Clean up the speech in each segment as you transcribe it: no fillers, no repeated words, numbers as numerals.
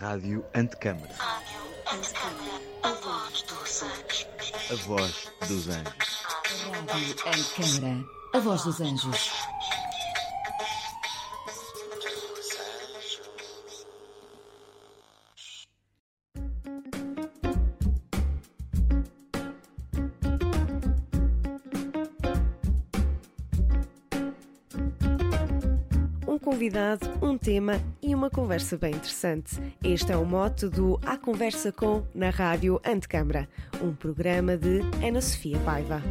Rádio Antecâmara. A voz dos anjos. A voz dos anjos. Rádio Antecâmara. A voz dos anjos. Um convidado, um tema e uma conversa bem interessante. Este é o mote do A Conversa Com na Rádio Antecâmara, um programa de Ana Sofia Paiva.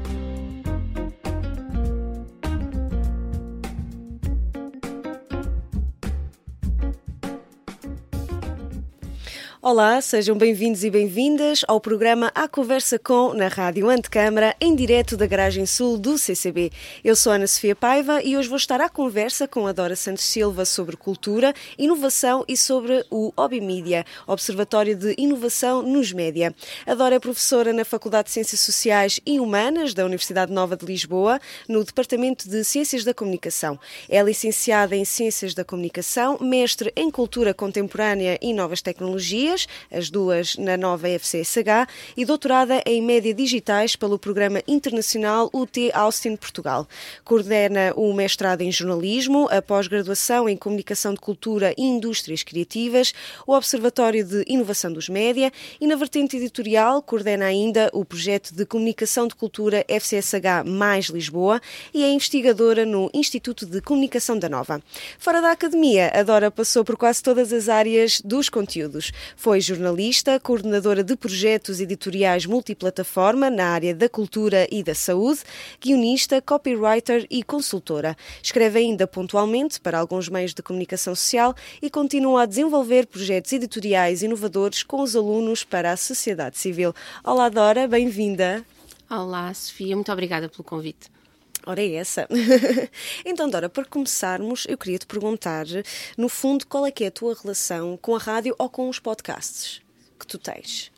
Olá, sejam bem-vindos e bem-vindas ao programa A Conversa Com na Rádio Antecâmara, em direto da Garagem Sul do CCB. Eu sou Ana Sofia Paiva e hoje vou estar à conversa com a Dora Santos Silva sobre cultura, inovação e sobre o Obimídia, Observatório de Inovação nos Média. A Dora é professora na Faculdade de Ciências Sociais e Humanas da Universidade Nova de Lisboa, no Departamento de Ciências da Comunicação. É licenciada em Ciências da Comunicação, mestre em Cultura Contemporânea e Novas Tecnologias, as duas na nova FCSH, e doutorada em Média Digitais pelo Programa Internacional UT Austin, Portugal. Coordena o mestrado em Jornalismo, a pós-graduação em Comunicação de Cultura e Indústrias Criativas, o Observatório de Inovação dos Média e, na vertente editorial, coordena ainda o projeto de Comunicação de Cultura FCSH mais Lisboa e é investigadora no Instituto de Comunicação da Nova. Fora da academia, a Dora passou por quase todas as áreas dos conteúdos. Foi jornalista, coordenadora de projetos editoriais multiplataforma na área da cultura e da saúde, guionista, copywriter e consultora. Escreve ainda pontualmente para alguns meios de comunicação social e continua a desenvolver projetos editoriais inovadores com os alunos para a sociedade civil. Olá, Dora, bem-vinda. Olá, Sofia, muito obrigada pelo convite. Ora é essa. Então, Dora, para começarmos, eu queria te perguntar, no fundo, qual é que é a tua relação com a rádio ou com os podcasts que tu tens?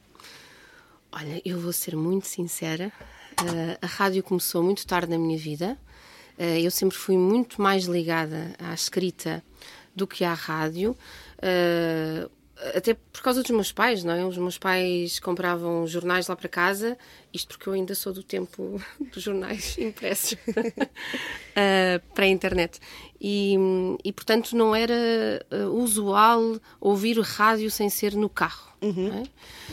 Olha, eu vou ser muito sincera. A rádio começou muito tarde na minha vida. Eu sempre fui muito mais ligada à escrita do que à rádio. Até por causa dos meus pais, não é? Os meus pais compravam jornais lá para casa, isto porque eu ainda sou do tempo dos jornais impressos, para a internet. E, portanto, não era usual ouvir rádio sem ser no carro. Uhum. Não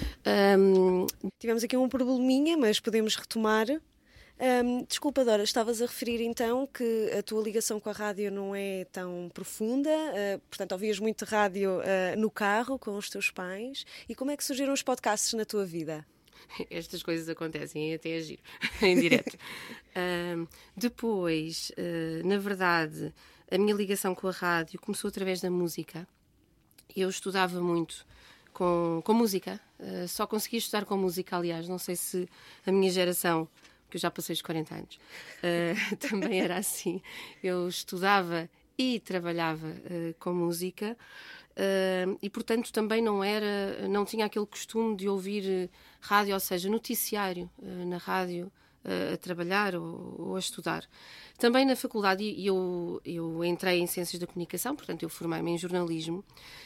é? Tivemos aqui um probleminha, mas podemos retomar. Desculpa, Dora, estavas a referir então que a tua ligação com a rádio não é tão profunda, portanto ouvias muito rádio no carro com os teus pais. E como é que surgiram os podcasts na tua vida? Estas coisas acontecem até a giro, em direto. Depois, na verdade, a minha ligação com a rádio começou através da música. Eu estudava muito com música, só conseguia estudar com música, aliás, não sei se a minha geração, que eu já passei os 40 anos, também era assim. Eu estudava e trabalhava com música e, portanto, também não tinha aquele costume de ouvir rádio, ou seja, noticiário na rádio, a trabalhar ou a estudar. Também na faculdade eu entrei em Ciências da Comunicação, portanto, eu formei-me em jornalismo.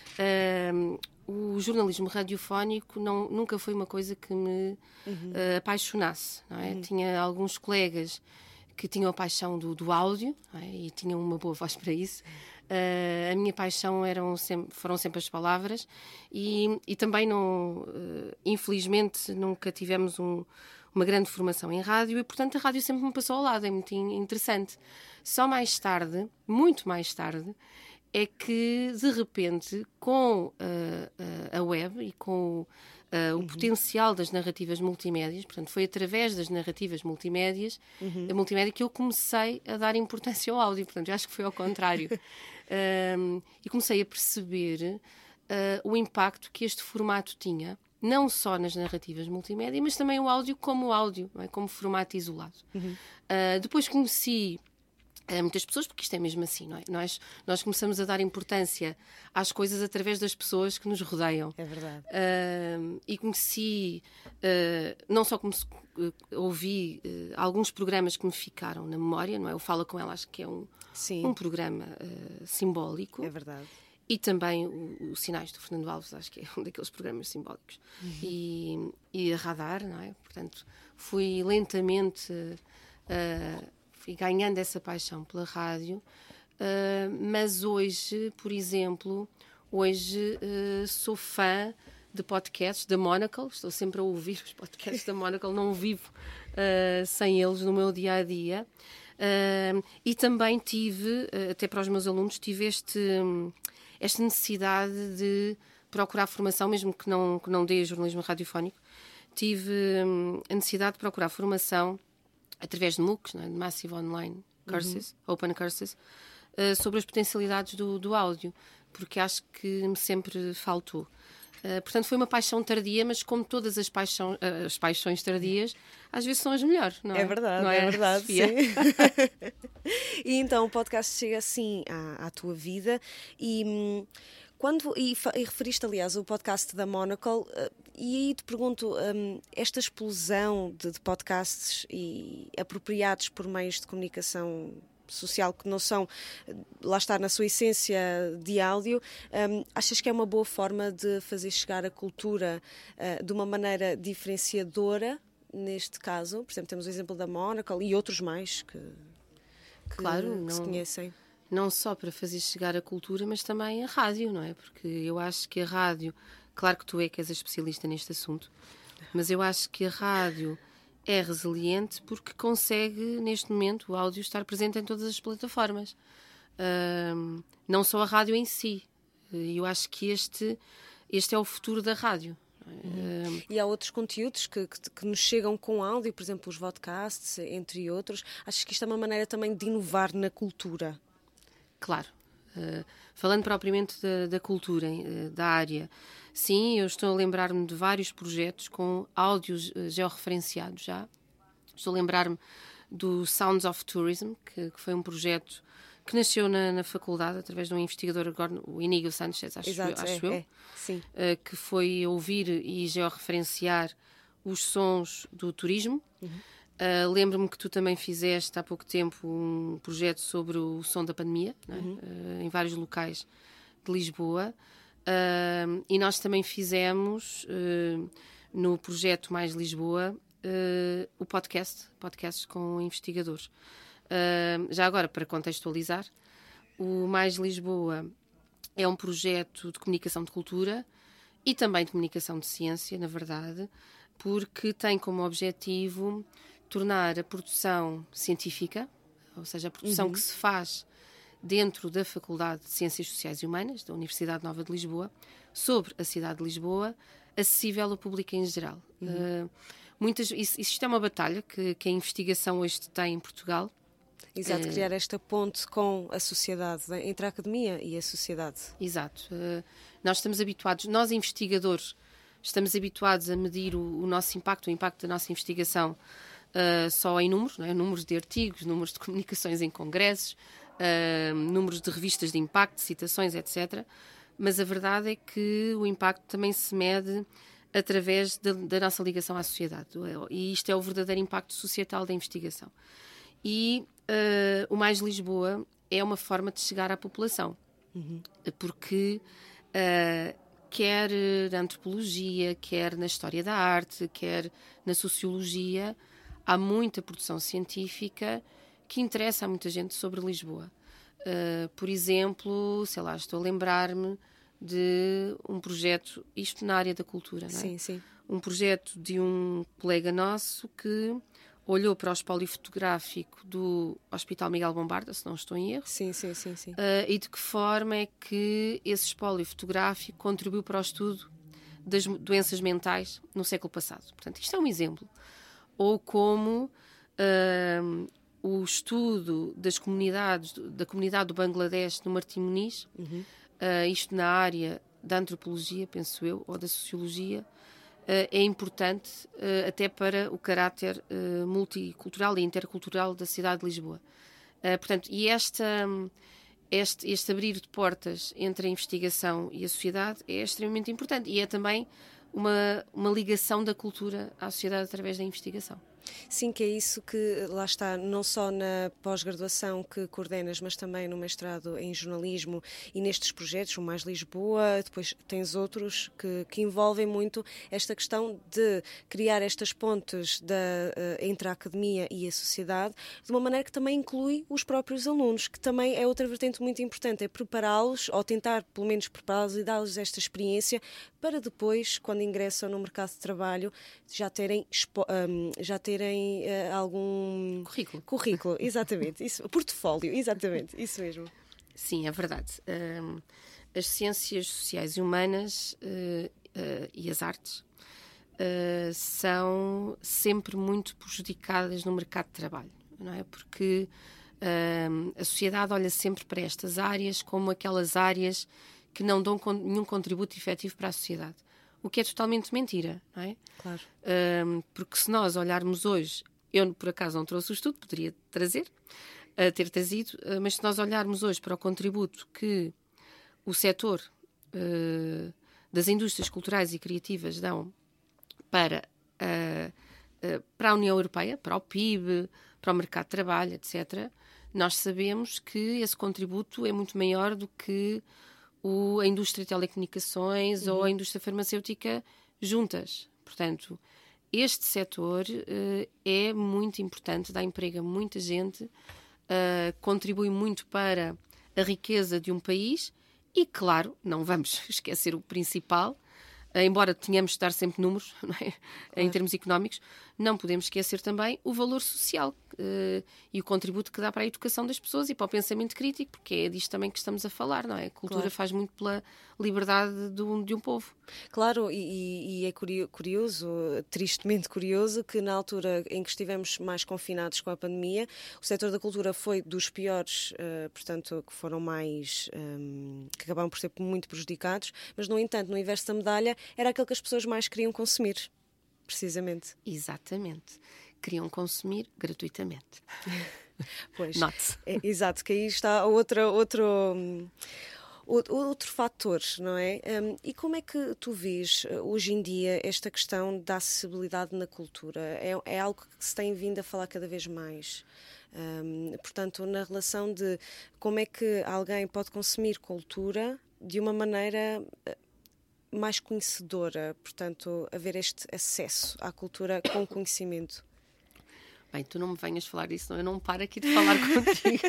O jornalismo radiofónico nunca foi uma coisa que me apaixonasse, não é? Tinha alguns colegas que tinham a paixão do áudio, não é? E tinham uma boa voz para isso. A minha paixão foram sempre as palavras e também infelizmente nunca tivemos uma grande formação em rádio e, portanto, a rádio sempre me passou ao lado, é muito interessante. Só mais tarde, muito mais tarde, é que, de repente, com a web e com o potencial das narrativas multimédias, portanto, foi através das narrativas multimédias, a multimédia, que eu comecei a dar importância ao áudio. Portanto, eu acho que foi ao contrário. E comecei a perceber o impacto que este formato tinha, não só nas narrativas multimédia, mas também o áudio, não é? Como formato isolado. Depois conheci muitas pessoas, porque isto é mesmo assim, não é? Nós começamos a dar importância às coisas através das pessoas que nos rodeiam. É verdade. E conheci, não só ouvi alguns programas que me ficaram na memória, não é? O Fala Com Ela, acho que é um programa simbólico. É verdade. E também os Sinais do Fernando Alves, acho que é um daqueles programas simbólicos. E a Radar, não é? Portanto, fui lentamente fui ganhando essa paixão pela rádio, mas hoje, por exemplo, sou fã de podcasts da Monocle, estou sempre a ouvir os podcasts da Monocle, não vivo sem eles no meu dia-a-dia. E também tive, até para os meus alunos, tive esta necessidade de procurar formação, mesmo que não dê jornalismo radiofónico, tive a necessidade de procurar formação através de MOOCs, não é? De Massive Online Courses, Open Courses, sobre as potencialidades do áudio, porque acho que me sempre faltou. Portanto, foi uma paixão tardia, mas como todas as paixões tardias, às vezes são as melhores, não é? É verdade, não é verdade, Sofia? sim. E então o podcast chega assim à tua vida e referiste, aliás, o podcast da Monocle, e aí te pergunto, esta explosão de podcasts e apropriados por meios de comunicação social que não são, lá está, na sua essência de áudio, achas que é uma boa forma de fazer chegar a cultura de uma maneira diferenciadora, neste caso? Por exemplo, temos o exemplo da Monocle e outros mais que Claro, se conhecem. Não só para fazer chegar a cultura, mas também a rádio, não é? Porque eu acho que a rádio, claro que tu que és a especialista neste assunto, mas eu acho que a rádio é resiliente porque consegue, neste momento, o áudio estar presente em todas as plataformas. Não só a rádio em si. Eu acho que este é o futuro da rádio. E há outros conteúdos que nos chegam com áudio, por exemplo, os podcasts, entre outros. Achas que isto é uma maneira também de inovar na cultura? Claro. Falando propriamente da cultura, da área, sim, eu estou a lembrar-me de vários projetos com áudios georreferenciados já. Estou a lembrar-me do Sounds of Tourism, que foi um projeto que nasceu na faculdade, através de um investigador, agora, o Inígo Sanchez, acho eu, sim. Que foi ouvir e georreferenciar os sons do turismo. Lembro-me que tu também fizeste há pouco tempo um projeto sobre o som da pandemia, não é? Em vários locais de Lisboa. E nós também fizemos no projeto Mais Lisboa o podcasts com investigadores. Já agora, para contextualizar, o Mais Lisboa é um projeto de comunicação de cultura e também de comunicação de ciência, na verdade, porque tem como objetivo tornar a produção científica, ou seja, a produção que se faz dentro da Faculdade de Ciências Sociais e Humanas, da Universidade Nova de Lisboa, sobre a cidade de Lisboa, acessível ao público em geral. Isto é uma batalha que a investigação hoje tem em Portugal. Exato, criar esta ponte com a sociedade, entre a academia e a sociedade. Exato. Nós estamos habituados, nós investigadores, estamos habituados a medir o nosso impacto, o impacto da nossa investigação só em números, não é? Números de artigos, números de comunicações em congressos, números de revistas de impacto, citações, etc. Mas a verdade é que o impacto também se mede através da nossa ligação à sociedade. E isto é o verdadeiro impacto societal da investigação. E o Mais Lisboa é uma forma de chegar à população. Porque quer na antropologia, quer na história da arte, quer na sociologia, há muita produção científica que interessa a muita gente sobre Lisboa. Por exemplo, sei lá, estou a lembrar-me de um projeto, isto na área da cultura, não é? Sim, sim. Um projeto de um colega nosso que olhou para o espólio fotográfico do Hospital Miguel Bombarda, se não estou em erro. Sim. E de que forma é que esse espólio fotográfico contribuiu para o estudo das doenças mentais no século passado. Portanto, isto é um exemplo. Ou como o estudo das comunidades, da comunidade do Bangladesh no Martim Moniz, isto na área da antropologia, penso eu, ou da sociologia, é importante até para o caráter multicultural e intercultural da cidade de Lisboa. Portanto, e este abrir de portas entre a investigação e a sociedade é extremamente importante e é também uma ligação da cultura à sociedade através da investigação. Sim, que é isso que lá está, não só na pós-graduação que coordenas, mas também no mestrado em jornalismo e nestes projetos, o Mais Lisboa, depois tens outros que envolvem muito esta questão de criar estas pontes entre a academia e a sociedade, de uma maneira que também inclui os próprios alunos, que também é outra vertente muito importante, é prepará-los, ou tentar pelo menos prepará-los e dar-lhes esta experiência para depois, quando ingressam no mercado de trabalho, já terem algum currículo, exatamente, isso, portfólio, exatamente, isso mesmo. Sim, é verdade. As ciências sociais e humanas e as artes são sempre muito prejudicadas no mercado de trabalho, não é? Porque a sociedade olha sempre para estas áreas como aquelas áreas que não dão nenhum contributo efetivo para a sociedade. O que é totalmente mentira, não é? Claro. Porque se nós olharmos hoje, eu por acaso não trouxe o estudo, poderia ter trazido, mas se nós olharmos hoje para o contributo que o setor das indústrias culturais e criativas dão para a União Europeia, para o PIB, para o mercado de trabalho, etc., nós sabemos que esse contributo é muito maior do que a indústria de telecomunicações ou a indústria farmacêutica juntas. Portanto, este setor é muito importante, dá emprego a muita gente, contribui muito para a riqueza de um país e, claro, não vamos esquecer o principal, embora tenhamos de dar sempre números, não é? Em termos económicos, não podemos esquecer também o valor social e o contributo que dá para a educação das pessoas e para o pensamento crítico, porque é disto também que estamos a falar, não é? A cultura faz muito pela liberdade de um povo. Claro, e é curioso, tristemente curioso, que na altura em que estivemos mais confinados com a pandemia, o setor da cultura foi dos piores, portanto, que foram mais, que acabaram por ser muito prejudicados, mas, no entanto, no inverso da medalha, era aquele que as pessoas mais queriam consumir, precisamente. Exatamente. Queriam consumir gratuitamente. Pois, Note-se. Exato, que aí está outro fator, não é? E como é que tu vês hoje em dia esta questão da acessibilidade na cultura? É algo que se tem vindo a falar cada vez mais. Portanto, na relação de como é que alguém pode consumir cultura de uma maneira mais conhecedora, portanto, haver este acesso à cultura com conhecimento. Bem, tu não me venhas falar disso, não, eu não paro aqui de falar contigo.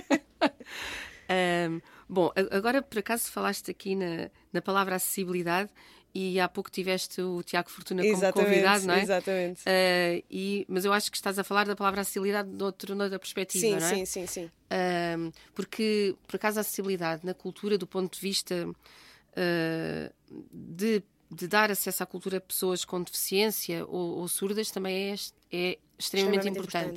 Bom, agora por acaso falaste aqui na palavra acessibilidade e há pouco tiveste o Tiago Fortuna como convidado, não é? Exatamente. Mas eu acho que estás a falar da palavra acessibilidade de outra perspectiva, sim, não é? Sim. Porque, por acaso, a acessibilidade na cultura, do ponto de vista de dar acesso à cultura a pessoas com deficiência ou surdas, também é extremamente importante.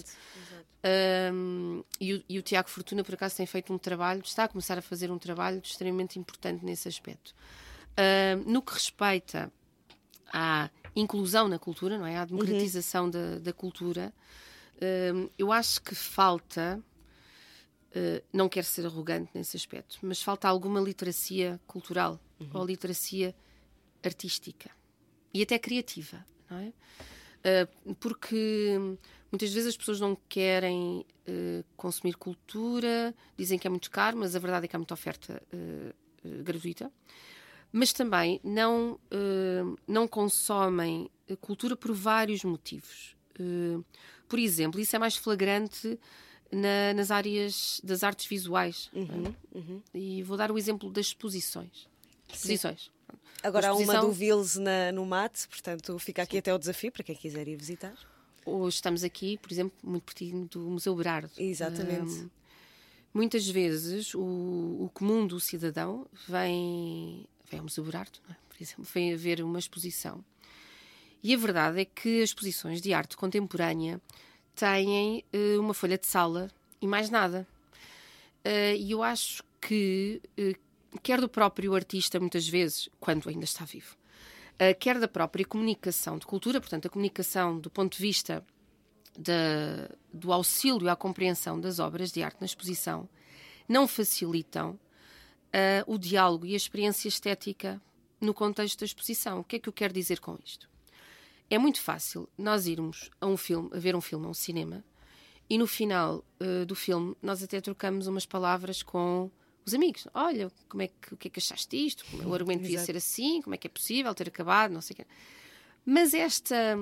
E o Tiago Fortuna, por acaso, tem feito um trabalho, está a começar a fazer um trabalho extremamente importante nesse aspecto. No que respeita à inclusão na cultura, não é? À democratização da cultura, eu acho que falta, não quero ser arrogante nesse aspecto, mas falta alguma literacia cultural ou literacia artística e até criativa, não é? Porque muitas vezes as pessoas não querem consumir cultura, dizem que é muito caro, mas a verdade é que há muita oferta gratuita. Mas também não consomem cultura por vários motivos. Por exemplo, isso é mais flagrante nas áreas das artes visuais. E vou dar o exemplo das exposições. Agora há uma do Vils no Mate, portanto fica aqui até o desafio para quem quiser ir visitar. Hoje estamos aqui, por exemplo, muito pertinho do Museu Berardo. Exatamente. Muitas vezes o comum do cidadão vem ao Museu Berardo, não é? Por exemplo, vem a ver uma exposição. E a verdade é que as exposições de arte contemporânea têm uma folha de sala e mais nada. E eu acho que quer do próprio artista, muitas vezes, quando ainda está vivo, quer da própria comunicação de cultura, portanto, a comunicação do ponto de vista do auxílio à compreensão das obras de arte na exposição, não facilitam o diálogo e a experiência estética no contexto da exposição. O que é que eu quero dizer com isto? É muito fácil nós irmos a um filme, a ver um filme, a um cinema, e no final do filme nós até trocamos umas palavras com os amigos. Olha, o que é que achaste disto? O argumento devia ser assim, como é que é possível ter acabado, não sei o quê. Mas esta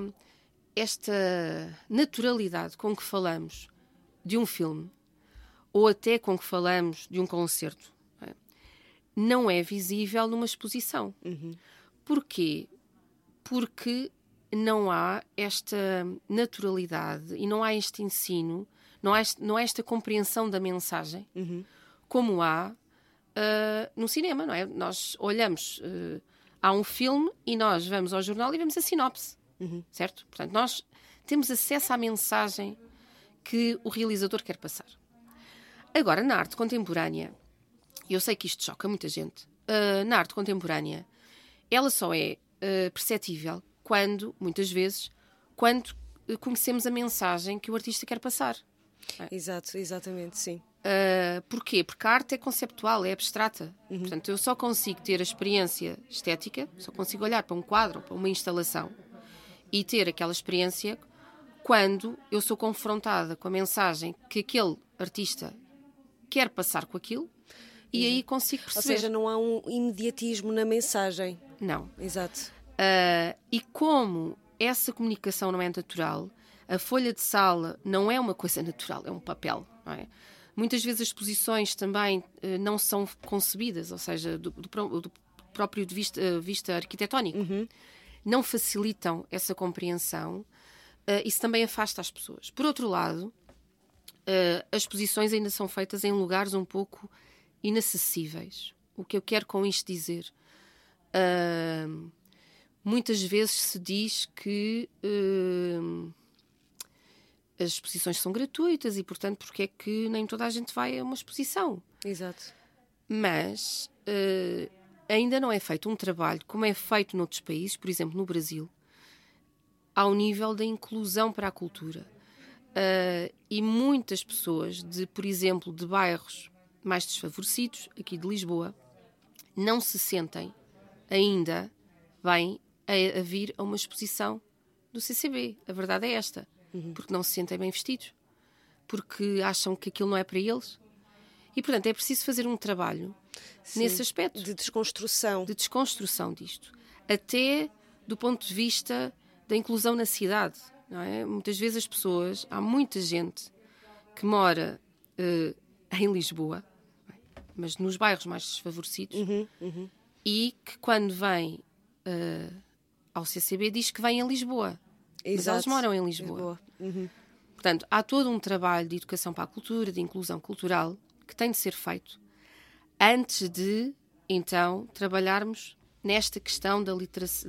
naturalidade com que falamos de um filme, ou até com que falamos de um concerto, não é visível numa exposição. Porquê? Porque não há esta naturalidade e não há este ensino, não há esta compreensão da mensagem como há no cinema, não é? Nós olhamos, há um filme e nós vamos ao jornal e vemos a sinopse, certo? Portanto, nós temos acesso à mensagem que o realizador quer passar. Agora, na arte contemporânea, eu sei que isto choca muita gente, na arte contemporânea, ela só é perceptível muitas vezes, quando conhecemos a mensagem que o artista quer passar. Exato, exatamente, sim. Porquê? Porque a arte é conceptual, é abstrata. Portanto, eu só consigo ter a experiência estética, só consigo olhar para um quadro, para uma instalação e ter aquela experiência quando eu sou confrontada com a mensagem que aquele artista quer passar com aquilo e aí consigo perceber. Ou seja, não há um imediatismo na mensagem. Não. Exato. E como essa comunicação não é natural, a folha de sala não é uma coisa natural, é um papel, não é? Muitas vezes as exposições também não são concebidas, ou seja, do próprio de vista arquitetónico. Não facilitam essa compreensão. Isso também afasta as pessoas. Por outro lado, as exposições ainda são feitas em lugares um pouco inacessíveis. O que eu quero com isto dizer? Muitas vezes se diz que as exposições são gratuitas e, portanto, porque é que nem toda a gente vai a uma exposição? Exato. Mas ainda não é feito um trabalho como é feito noutros países, por exemplo, no Brasil, ao nível da inclusão para a cultura. E muitas pessoas, por exemplo, de bairros mais desfavorecidos, aqui de Lisboa, não se sentem ainda bem a vir a uma exposição do CCB. A verdade é esta. Porque não se sentem bem vestidos. Porque acham que aquilo não é para eles. E, portanto, é preciso fazer um trabalho nesse aspecto. De desconstrução. De desconstrução disto. Até do ponto de vista da inclusão na cidade. Não é? Muitas vezes as pessoas... Há muita gente que mora em Lisboa, mas nos bairros mais desfavorecidos, e que quando vem ao CCB diz que vem a Lisboa. Exato. Mas elas moram em Lisboa. Portanto, há todo um trabalho de educação para a cultura, de inclusão cultural, que tem de ser feito antes de, então, trabalharmos nesta questão da literacia,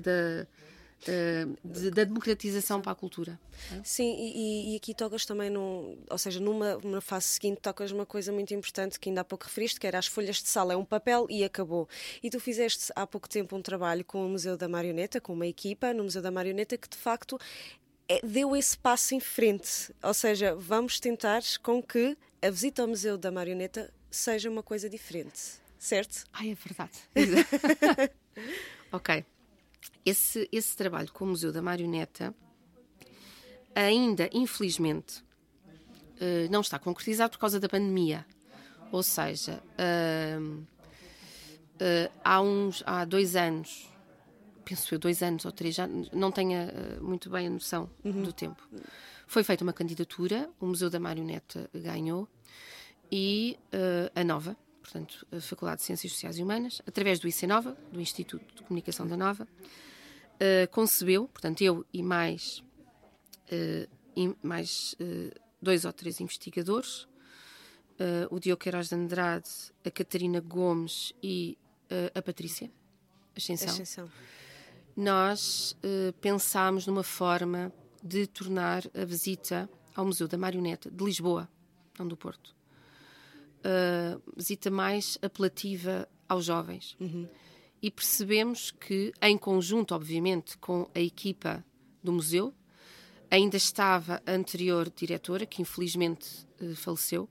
da democratização para a cultura. Sim, e aqui tocas também, ou seja, numa fase seguinte, tocas uma coisa muito importante que ainda há pouco referiste, que era as folhas de sala, é um papel e acabou. E tu fizeste há pouco tempo um trabalho com o Museu da Marioneta, com uma equipa no Museu da Marioneta, que de facto deu esse passo em frente. Ou seja, vamos tentar com que a visita ao Museu da Marioneta seja uma coisa diferente, certo? Ai, é verdade. Ok. Esse trabalho com o Museu da Marioneta ainda, infelizmente, não está concretizado por causa da pandemia. Ou seja, há 2 anos, penso eu, 2 anos ou 3, já não tenho muito bem a noção do tempo, foi feita uma candidatura, o Museu da Marioneta ganhou e a Nova, portanto, a Faculdade de Ciências Sociais e Humanas, através do ICNova, do Instituto de Comunicação da Nova, concebeu, portanto, eu e mais 2 ou 3 investigadores, o Diogo Queiroz de Andrade, a Catarina Gomes e a Patrícia Ascensão. Nós pensámos numa forma de tornar a visita ao Museu da Marioneta de Lisboa, não do Porto, visita mais apelativa aos jovens. E percebemos que, em conjunto, obviamente, com a equipa do museu, ainda estava a anterior diretora, que infelizmente faleceu,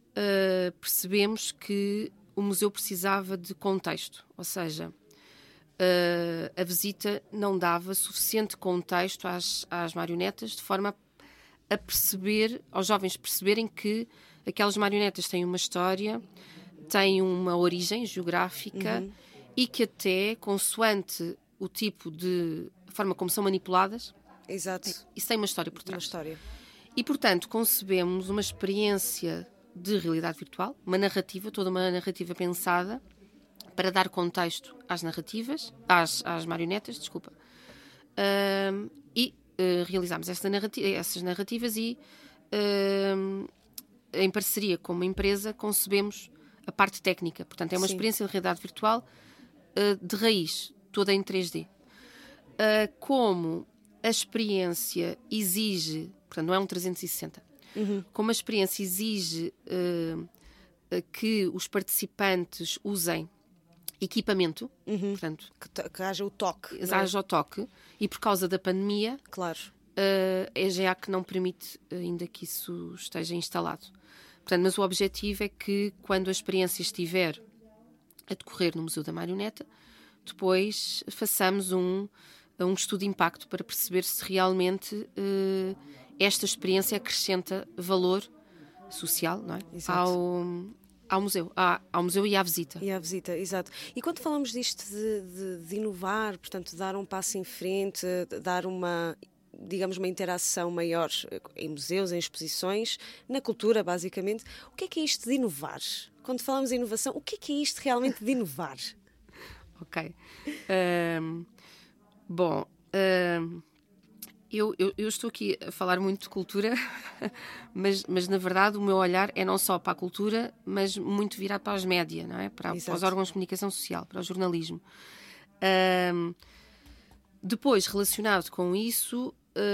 percebemos que o museu precisava de contexto, ou seja, a visita não dava suficiente contexto às marionetas, de forma a perceber, aos jovens perceberem que aquelas marionetas têm uma história, têm uma origem geográfica e que até, consoante o tipo de a forma como são manipuladas, Exato. isso tem uma história por Uma trás. história. E, portanto, concebemos uma experiência de realidade virtual, uma narrativa, toda uma narrativa pensada para dar contexto às narrativas, às marionetas, desculpa. Realizámos essas narrativas e, em parceria com uma empresa, concebemos a parte técnica. Portanto, é uma Sim. experiência de realidade virtual de raiz, toda em 3D. Como a experiência exige, portanto, não é um 360, como a experiência exige que os participantes usem equipamento, portanto, Que haja o toque. não é? haja o toque, e por causa da pandemia, Claro. a EGA que não permite ainda que isso esteja instalado. Portanto, mas o objetivo é que, quando a experiência estiver a decorrer no Museu da Marioneta, depois façamos um estudo de impacto para perceber se realmente esta experiência acrescenta valor social, não é? Exato. Ao museu, ao museu e à visita. E à visita, exato. E quando falamos disto de inovar, portanto, dar um passo em frente, dar uma, digamos, uma interação maior em museus, em exposições, na cultura, basicamente, o que é isto de inovar? Quando falamos em inovação, o que é isto realmente de inovar? Ok. Bom, eu estou aqui a falar muito de cultura, mas na verdade o meu olhar é não só para a cultura, mas muito virado para as média, não é? Para os órgãos de comunicação social, para o jornalismo. Depois, relacionado com isso,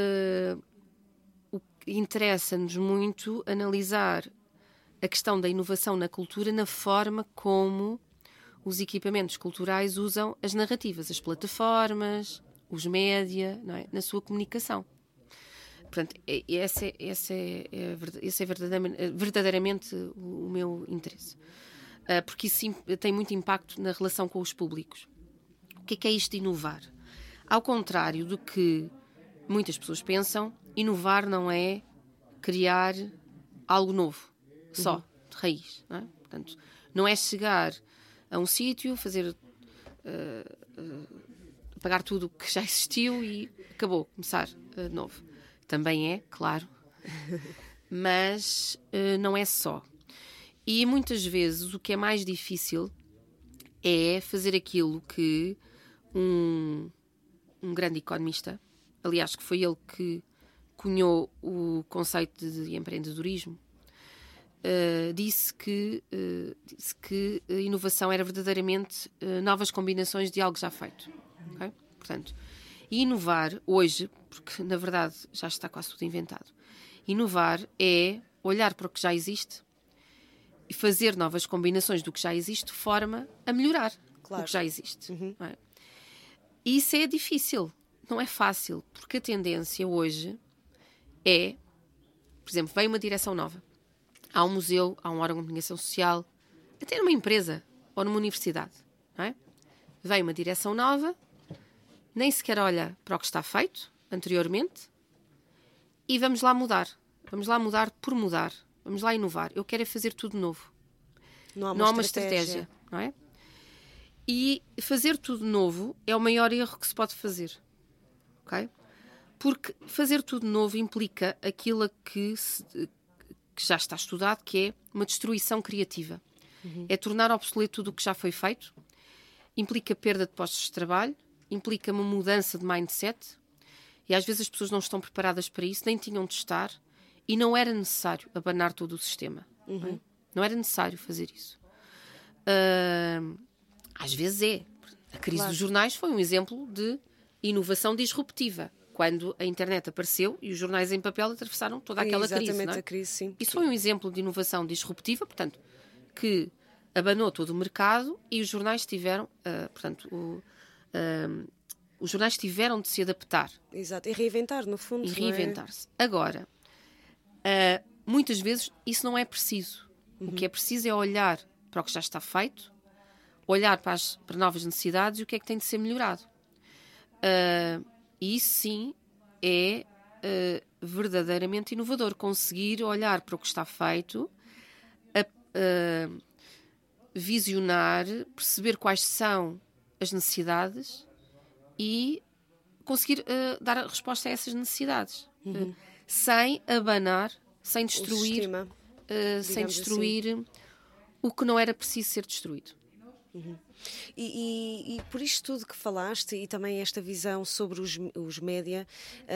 interessa-nos muito analisar a questão da inovação na cultura na forma como os equipamentos culturais usam as narrativas, as plataformas, os média, não é? Na sua comunicação. Portanto, esse é verdadeiramente o meu interesse. Porque isso tem muito impacto na relação com os públicos. O que é isto de inovar? Ao contrário do que muitas pessoas pensam, inovar não é criar algo novo, só, de raiz. Não é? Portanto, não é chegar a um sítio, fazer... apagar tudo o que já existiu e acabou, começar de novo. Também é, claro, mas não é só. E muitas vezes o que é mais difícil é fazer aquilo que um grande economista, aliás, que foi ele que cunhou o conceito de empreendedorismo, disse que a inovação era verdadeiramente novas combinações de algo já feito. Okay? Portanto, inovar hoje, porque na verdade já está quase tudo inventado, inovar é olhar para o que já existe e fazer novas combinações do que já existe de forma a melhorar o que já existe. Não é? E isso é difícil, não é fácil, porque a tendência hoje é, por exemplo, vem uma direção nova. Há um museu, há um órgão de comunicação social, até numa empresa ou numa universidade. Não é? Vem uma direção nova, nem sequer olha para o que está feito anteriormente e vamos lá mudar. Vamos lá mudar por mudar. Vamos lá inovar. Eu quero é fazer tudo novo. Não há uma estratégia. Não é? E fazer tudo novo é o maior erro que se pode fazer. Ok? Porque fazer tudo novo implica aquilo que já está estudado, que é uma destruição criativa. É tornar obsoleto tudo o que já foi feito, implica perda de postos de trabalho, implica uma mudança de mindset e às vezes as pessoas não estão preparadas para isso, nem tinham de estar e não era necessário abanar todo o sistema. Não era necessário fazer isso. Às vezes é. A crise dos jornais foi um exemplo de inovação disruptiva. Quando a internet apareceu e os jornais em papel atravessaram toda aquela crise. Exatamente, não é? a crise, sim. Isso foi um exemplo de inovação disruptiva, portanto, que abanou todo o mercado e os jornais tiveram, os jornais tiveram de se adaptar. Exato, e reinventar, no fundo. E reinventar-se. Agora, muitas vezes isso não é preciso. O que é preciso é olhar para o que já está feito, olhar para novas necessidades e o que é que tem de ser melhorado. E isso sim é verdadeiramente inovador, conseguir olhar para o que está feito, visionar, perceber quais são as necessidades e conseguir dar a resposta a essas necessidades, sem abanar, sem destruir, o que não era preciso ser destruído. E por isto tudo que falaste e também esta visão sobre os média,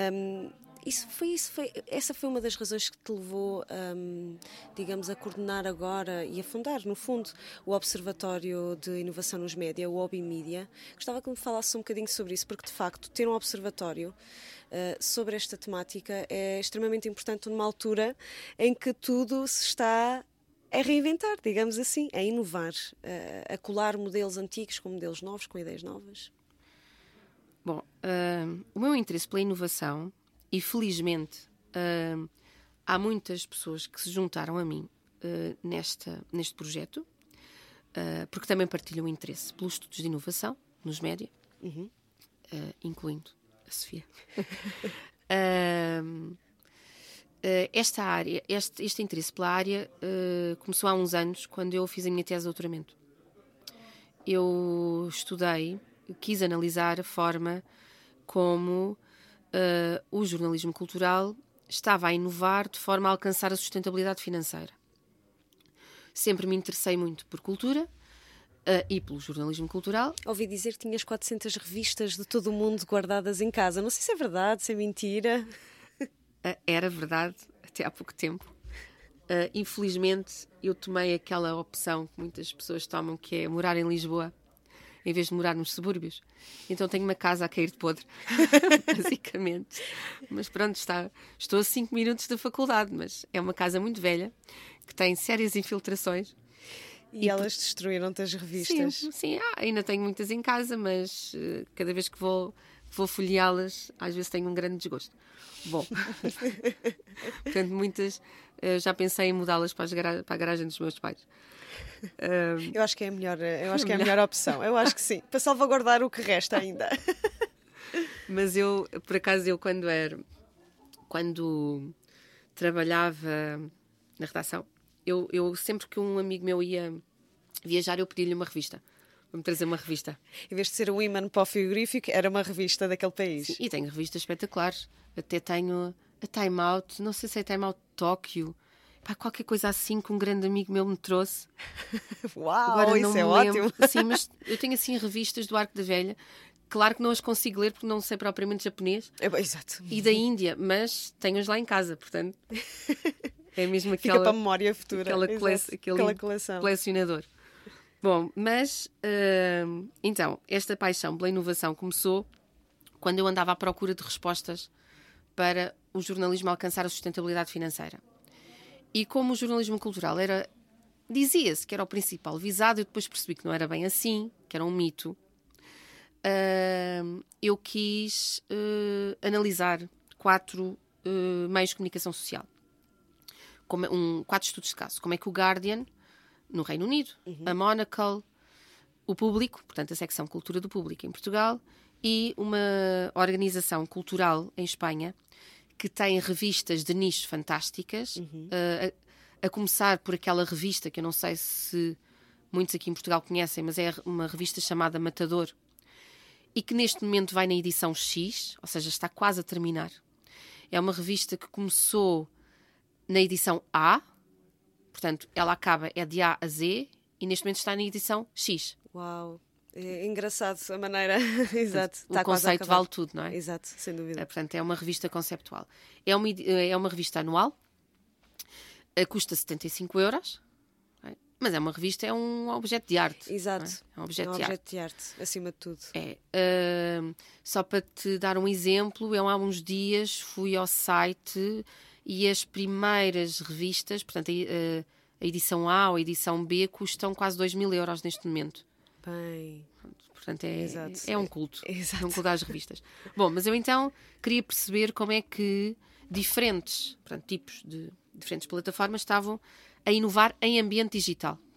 essa foi uma das razões que te levou, digamos, a coordenar agora e a fundar, no fundo, o Observatório de Inovação nos Média, o OBIMedia. Gostava que me falasse um bocadinho sobre isso, porque de facto ter um observatório sobre esta temática é extremamente importante numa altura em que tudo se está a reinventar, digamos assim, a inovar, a colar modelos antigos com modelos novos, com ideias novas. Bom, o meu interesse pela inovação, e felizmente há muitas pessoas que se juntaram a mim neste projeto, porque também partilham o interesse pelos estudos de inovação nos média, incluindo a Sofia. Esta área, este interesse pela área começou há uns anos, quando eu fiz a minha tese de doutoramento. Eu quis analisar a forma como o jornalismo cultural estava a inovar de forma a alcançar a sustentabilidade financeira. Sempre me interessei muito por cultura e pelo jornalismo cultural. Ouvi dizer que tinhas 400 revistas de todo o mundo guardadas em casa. Não sei se é verdade, se é mentira. Era verdade, até há pouco tempo. Infelizmente, eu tomei aquela opção que muitas pessoas tomam, que é morar em Lisboa, em vez de morar nos subúrbios. Então tenho uma casa a cair de podre, basicamente. Mas pronto, estou a 5 minutos da faculdade, mas é uma casa muito velha, que tem sérias infiltrações. E elas destruíram-te as revistas? Sim, ainda tenho muitas em casa, mas cada vez que vou folheá-las, às vezes tenho um grande desgosto. Bom, portanto, muitas já pensei em mudá-las para a garagem dos meus pais. Eu acho que é a melhor opção. Eu acho que sim, para salvaguardar o que resta ainda. Mas por acaso, quando trabalhava na redação, eu sempre que um amigo meu ia viajar, eu pedi-lhe uma revista. Vou-me trazer uma revista. Em vez de ser o imã para o frigorífico, era uma revista daquele país. Sim, e tenho revistas espetaculares. Até tenho a Time Out, não sei se é Time Out Tóquio. Qualquer coisa assim que um grande amigo meu me trouxe. Uau, agora isso é ótimo. Sim, mas eu tenho assim revistas do Arco da Velha. Claro que não as consigo ler porque não sei propriamente japonês. Exato. E da Índia, mas tenho-as lá em casa, portanto. É mesmo aquela... Fica para a memória futura. Aquele coleção. Colecionador. Bom, mas então, esta paixão pela inovação começou quando eu andava à procura de respostas para o jornalismo alcançar a sustentabilidade financeira. E como o jornalismo cultural dizia-se que era o principal visado, eu depois percebi que não era bem assim, que era um mito. Eu quis analisar 4 meios de comunicação social. 4 estudos de caso. Como é que o Guardian, no Reino Unido, a Monocle, o Público, portanto a secção Cultura do Público em Portugal, e uma organização cultural em Espanha que tem revistas de nicho fantásticas, a começar por aquela revista que eu não sei se muitos aqui em Portugal conhecem, mas é uma revista chamada Matador, e que neste momento vai na edição X, ou seja, está quase a terminar. É uma revista que começou na edição A, portanto, ela é de A a Z, e neste momento está na edição X. Uau! É engraçado a maneira. Exato. O conceito vale tudo, não é? Exato, sem dúvida. Portanto, é uma revista conceptual. É uma revista anual, custa €75, mas é uma revista, é um objeto de arte. Exato. É um objeto de arte, acima de tudo. Só para te dar um exemplo, eu há uns dias fui ao site e as primeiras revistas, portanto, a edição A ou a edição B, custam quase €2.000 neste momento. Bem... Portanto, é um culto. Exato. É um culto às revistas. Bom, mas eu então queria perceber como é que diferentes plataformas estavam a inovar em ambiente digital.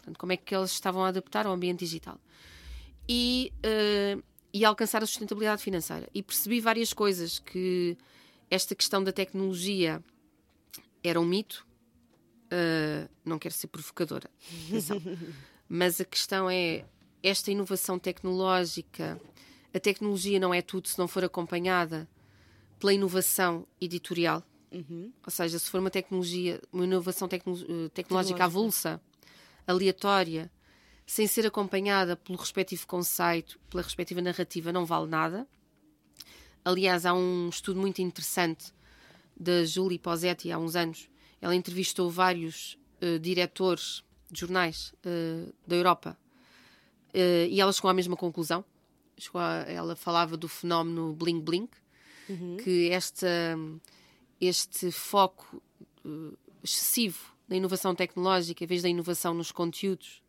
Portanto, como é que eles estavam a adaptar ao ambiente digital. E alcançar a sustentabilidade financeira. E percebi várias coisas, que esta questão da tecnologia era um mito. Não quero ser provocadora, atenção. Mas a questão é, esta inovação tecnológica, a tecnologia não é tudo se não for acompanhada pela inovação editorial. Ou seja, se for uma inovação tecnológica avulsa, aleatória, sem ser acompanhada pelo respectivo conceito, pela respectiva narrativa, não vale nada. Aliás, há um estudo muito interessante da Julie Posetti, há uns anos. Ela entrevistou vários diretores de jornais da Europa e ela chegou à mesma conclusão. Ela falava do fenómeno bling bling, que este foco excessivo na inovação tecnológica em vez da inovação nos conteúdos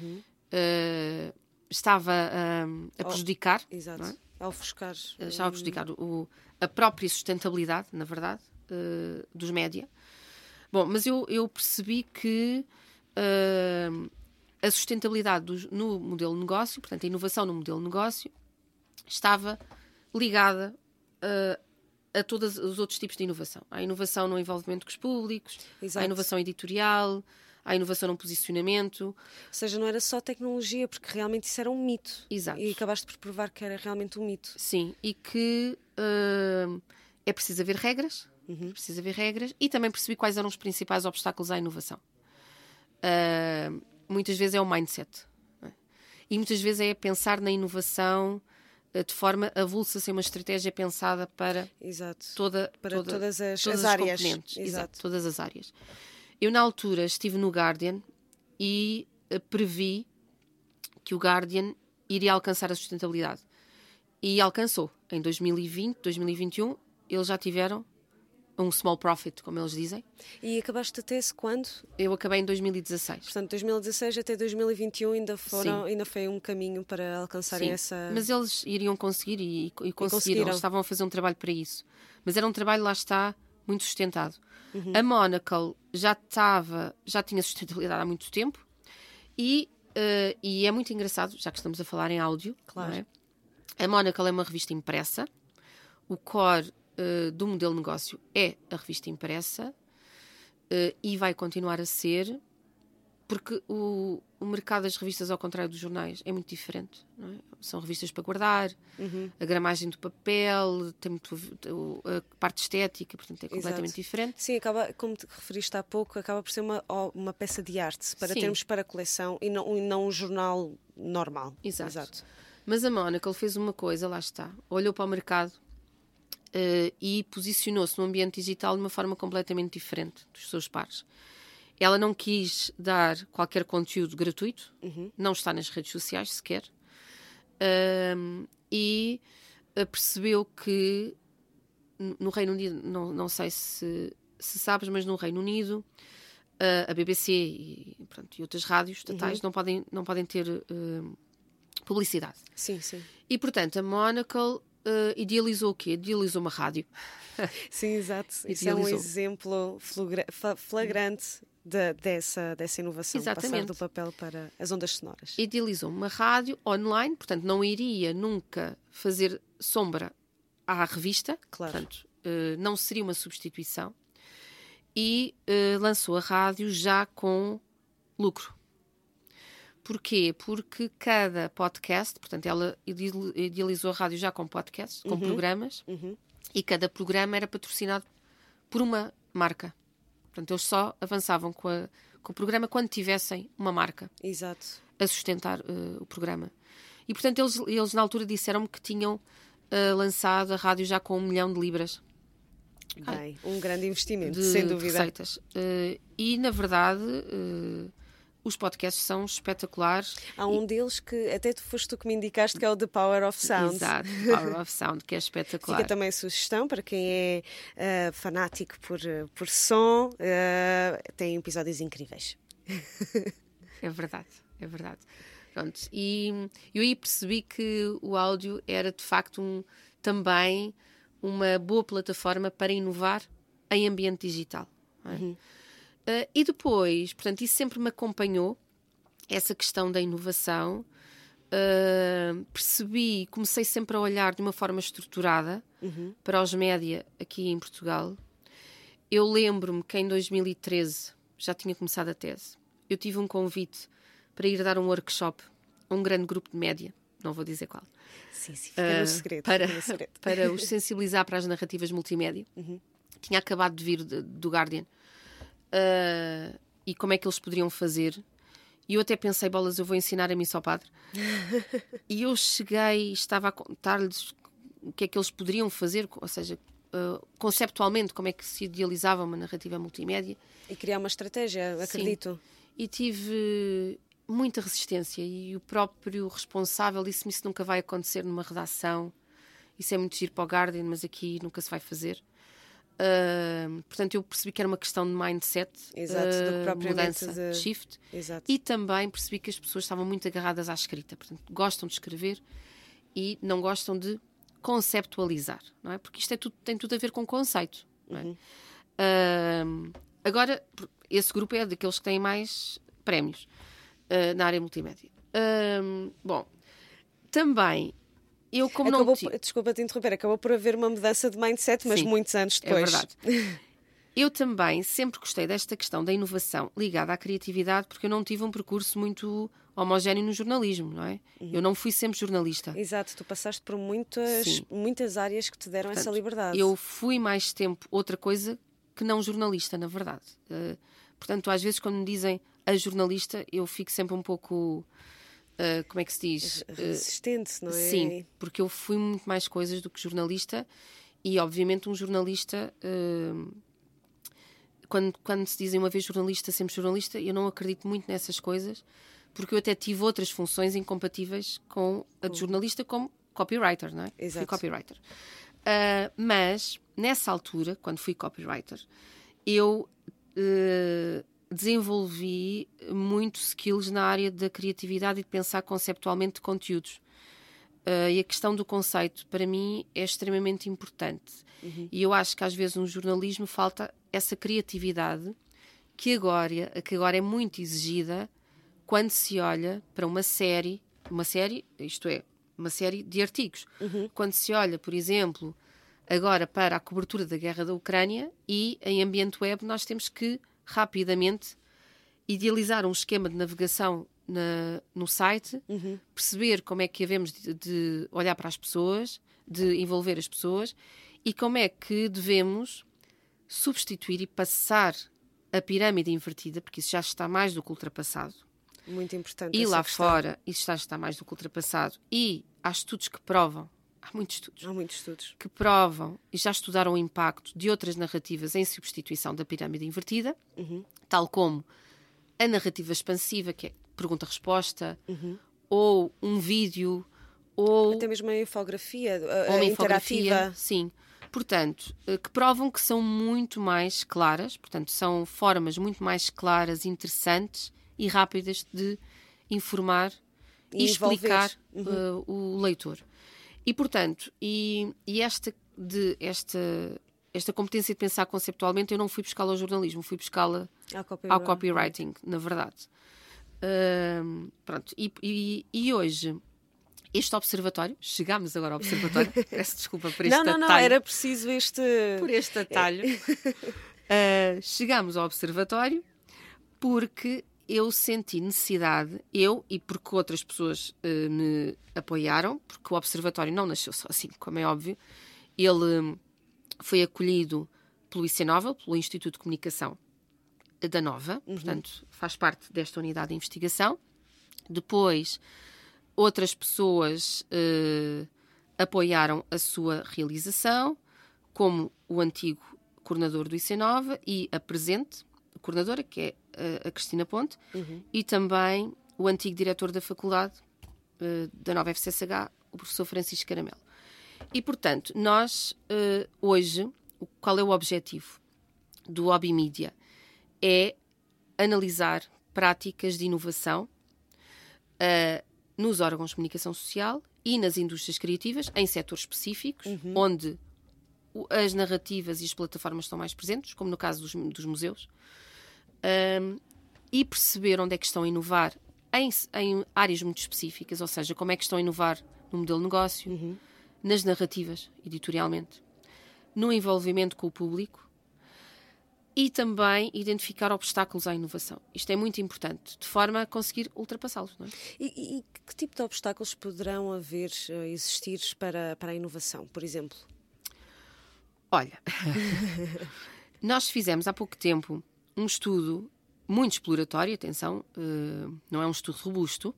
estava a prejudicar. Exato. Não é? A ofuscar. Estava a prejudicar a própria sustentabilidade, na verdade, dos média. Bom, mas eu percebi que a sustentabilidade no modelo de negócio, portanto, a inovação no modelo de negócio, estava ligada a todos os outros tipos de inovação. Há inovação no envolvimento com os públicos, Exato. há inovação editorial, há inovação no posicionamento. Ou seja, não era só tecnologia, porque realmente isso era um mito. Exato. E acabaste por provar que era realmente um mito. Sim, e que é preciso haver regras, e também percebi quais eram os principais obstáculos à inovação. Muitas vezes é o mindset. Não é? E muitas vezes é pensar na inovação de forma avulsa, ser uma estratégia pensada para Exato. todas as áreas. Componentes. Exato, todas as áreas. Eu, na altura, estive no Guardian e previ que o Guardian iria alcançar a sustentabilidade. E alcançou. Em 2020, 2021, eles já tiveram um small profit, como eles dizem. E acabaste até esse quando? Eu acabei em 2016. Portanto, 2016 até 2021 ainda foi um caminho para alcançarem essa... Mas eles iriam conseguir e conseguiram. Eles estavam a fazer um trabalho para isso. Mas era um trabalho, lá está, muito sustentado. A Monocle já tinha sustentabilidade há muito tempo e é muito engraçado, já que estamos a falar em áudio. Claro. Não é? A Monocle é uma revista impressa. O core do modelo de negócio é a revista impressa e vai continuar a ser, porque o mercado das revistas, ao contrário dos jornais, é muito diferente. Não é? São revistas para guardar, a gramagem do papel, tem muito a parte estética, portanto é completamente diferente. Sim, como te referiste há pouco, acaba por ser uma peça de arte para termos para a coleção e não um jornal normal. Exato. Mas a Monocle fez uma coisa, lá está, olhou para o mercado e posicionou-se no ambiente digital de uma forma completamente diferente dos seus pares. Ela não quis dar qualquer conteúdo gratuito, não está nas redes sociais sequer, e percebeu que no Reino Unido, não sei se sabes, mas no Reino Unido a BBC e outras rádios estatais não podem ter publicidade. Sim. E, portanto, a Monocle idealizou o quê? Idealizou uma rádio. Sim, exato. Isso é um exemplo flagrante dessa inovação. Exatamente. Passar do papel para as ondas sonoras. Idealizou uma rádio online, portanto, não iria nunca fazer sombra à revista. Claro. Portanto, não seria uma substituição. E lançou a rádio já com lucro. Porquê? Porque cada podcast, portanto, ela idealizou a rádio já com podcasts, com programas, e cada programa era patrocinado por uma marca. Portanto, eles só avançavam com o programa quando tivessem uma marca. Exato. A sustentar o programa. E, portanto, eles na altura disseram-me que tinham lançado a rádio já com 1 milhão de libras. Bem, um grande investimento, sem dúvida. De receitas. E, na verdade... os podcasts são espetaculares. Há um deles que até foste tu que me indicaste, que é o The Power of Sound. Exato, Power of Sound, que é espetacular. Fica também a sugestão para quem é fanático por som. Tem episódios incríveis. É verdade. Pronto. E eu aí percebi que o áudio era, de facto, também uma boa plataforma para inovar em ambiente digital. Não é? E depois, portanto, isso sempre me acompanhou essa questão da inovação, percebi, comecei sempre a olhar de uma forma estruturada para os média aqui em Portugal. Eu lembro-me que em 2013 já tinha começado a tese. Eu tive um convite para ir dar um workshop a um grande grupo de média, não vou dizer qual. Sim, fica no segredo. Para os sensibilizar para as narrativas multimédia. Tinha acabado de vir do Guardian. E como é que eles poderiam fazer. E eu até pensei, bolas, eu vou ensinar a missa ao padre. E eu cheguei, estava a contar-lhes o que é que eles poderiam fazer, ou seja, conceptualmente, como é que se idealizava uma narrativa multimédia. E criar uma estratégia, acredito. Sim. E tive muita resistência. E o próprio responsável disse-me: isso nunca vai acontecer numa redação. Isso é muito giro para o Guardian, mas aqui nunca se vai fazer. Portanto, eu percebi que era uma questão de mindset, mudança, de shift. Exato. E também percebi que as pessoas estavam muito agarradas à escrita. Portanto, gostam de escrever e não gostam de conceptualizar, não é? Porque isto tem tudo a ver com conceito, não é? Agora, esse grupo é daqueles que têm mais prémios na área multimédia. Bom, também eu, como desculpa te interromper, acabou por haver uma mudança de mindset, mas muitos anos depois. É verdade. Eu também sempre gostei desta questão da inovação ligada à criatividade, porque eu não tive um percurso muito homogéneo no jornalismo, não é? Eu não fui sempre jornalista. Exato, tu passaste por muitas áreas que te deram essa liberdade. Eu fui mais tempo outra coisa que não jornalista, na verdade. Portanto, às vezes quando me dizem a jornalista, eu fico sempre um pouco... como é que se diz? Resistente, não é? Sim, porque eu fui muito mais coisas do que jornalista e, obviamente, um jornalista... Quando se dizem uma vez jornalista, sempre jornalista, eu não acredito muito nessas coisas, porque eu até tive outras funções incompatíveis com a de jornalista, como copywriter, não é? Exato. Fui copywriter. Mas, nessa altura, quando fui copywriter, eu desenvolvi muito skills na área da criatividade e de pensar conceptualmente conteúdos. E a questão do conceito, para mim, é extremamente importante. E eu acho que às vezes no jornalismo falta essa criatividade que agora é muito exigida quando se olha para uma série, isto é, uma série de artigos. Quando se olha, por exemplo, agora para a cobertura da guerra da Ucrânia e em ambiente web nós temos que rapidamente idealizar um esquema de navegação no site, perceber como é que havemos de olhar para as pessoas, de envolver as pessoas e como é que devemos substituir e passar a pirâmide invertida, porque isso já está mais do que ultrapassado. Muito importante. E lá fora isso já está mais do que ultrapassado. E há estudos que provam, há muitos estudos que provam e já estudaram o impacto de outras narrativas em substituição da pirâmide invertida, tal como a narrativa expansiva, que é pergunta-resposta, ou um vídeo, ou até mesmo a infografia, uma interativa. Sim. Portanto, que provam que são muito mais claras, portanto, são formas muito mais claras, interessantes e rápidas de informar e explicar o leitor. E, portanto, esta competência de pensar conceptualmente, eu não fui buscá-la ao jornalismo, fui buscá-la ao copywriting, na verdade. Pronto. E hoje, este observatório, chegámos agora ao observatório, peço desculpa por este atalho. Não, era preciso por este atalho. Chegámos ao observatório porque eu senti necessidade, e porque outras pessoas me apoiaram, porque o observatório não nasceu só assim, como é óbvio. Ele foi acolhido pelo IC-Nova, pelo Instituto de Comunicação da Nova, portanto faz parte desta unidade de investigação. Depois, outras pessoas apoiaram a sua realização, como o antigo coordenador do IC-Nova e a presente coordenadora, que é a Cristina Ponte, e também o antigo diretor da faculdade da Nova FCSH, o professor Francisco Caramelo. E, portanto, nós hoje, qual é o objetivo do Hobby Media? É analisar práticas de inovação nos órgãos de comunicação social e nas indústrias criativas, em setores específicos, onde as narrativas e as plataformas estão mais presentes, como no caso dos museus, e perceber onde é que estão a inovar em áreas muito específicas, ou seja, como é que estão a inovar no modelo de negócio, nas narrativas, editorialmente, no envolvimento com o público e também identificar obstáculos à inovação. Isto é muito importante, de forma a conseguir ultrapassá-los. Não é? E que tipo de obstáculos poderão existir para a inovação, por exemplo? Olha, nós fizemos há pouco tempo um estudo muito exploratório, atenção, não é um estudo robusto,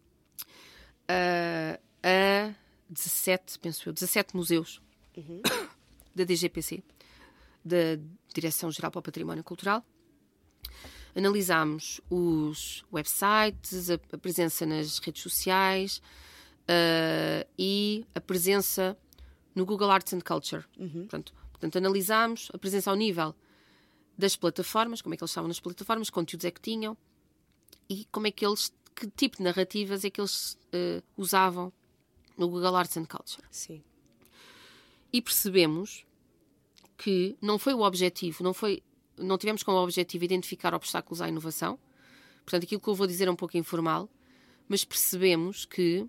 a 17 museus da DGPC, da Direção-Geral para o Património Cultural. Analisámos os websites, a presença nas redes sociais e a presença no Google Arts and Culture. Portanto, analisámos a presença ao nível das plataformas, como é que eles estavam nas plataformas, que conteúdos é que tinham e como é que que tipo de narrativas é que eles usavam no Google Arts and Culture. Sim. E percebemos que não foi o objetivo, não tivemos como objetivo identificar obstáculos à inovação. Portanto, aquilo que eu vou dizer é um pouco informal, mas percebemos que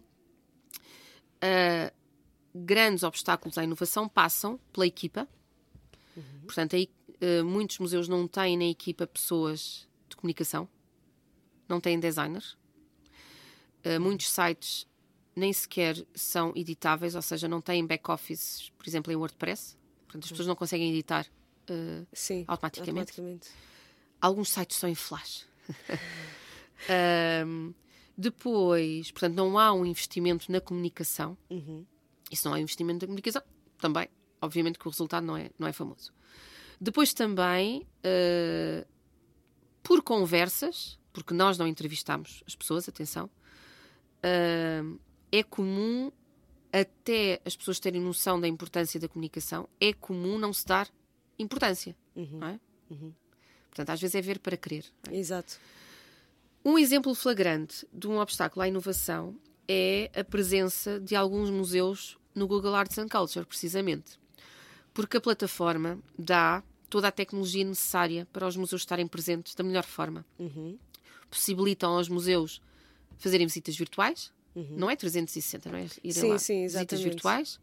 grandes obstáculos à inovação passam pela equipa. Portanto, aí, muitos museus não têm na equipa pessoas de comunicação, não têm designers. Muitos sites nem sequer são editáveis, ou seja, não têm back-office, por exemplo, em WordPress. Portanto, as pessoas não conseguem editar automaticamente. Alguns sites são em Flash. Depois, portanto, não há um investimento na comunicação. E se não há investimento na comunicação, também, obviamente que o resultado não é famoso. Depois também, por conversas, porque nós não entrevistámos as pessoas, atenção, é comum, até as pessoas terem noção da importância da comunicação, é comum não se dar importância. Não é? Portanto, às vezes é ver para crer. Não é? Exato. Um exemplo flagrante de um obstáculo à inovação é a presença de alguns museus no Google Arts and Culture, precisamente. Porque a plataforma dá toda a tecnologia necessária para os museus estarem presentes da melhor forma. Possibilitam aos museus fazerem visitas virtuais, não é 360, não é? Irem lá, visitas virtuais,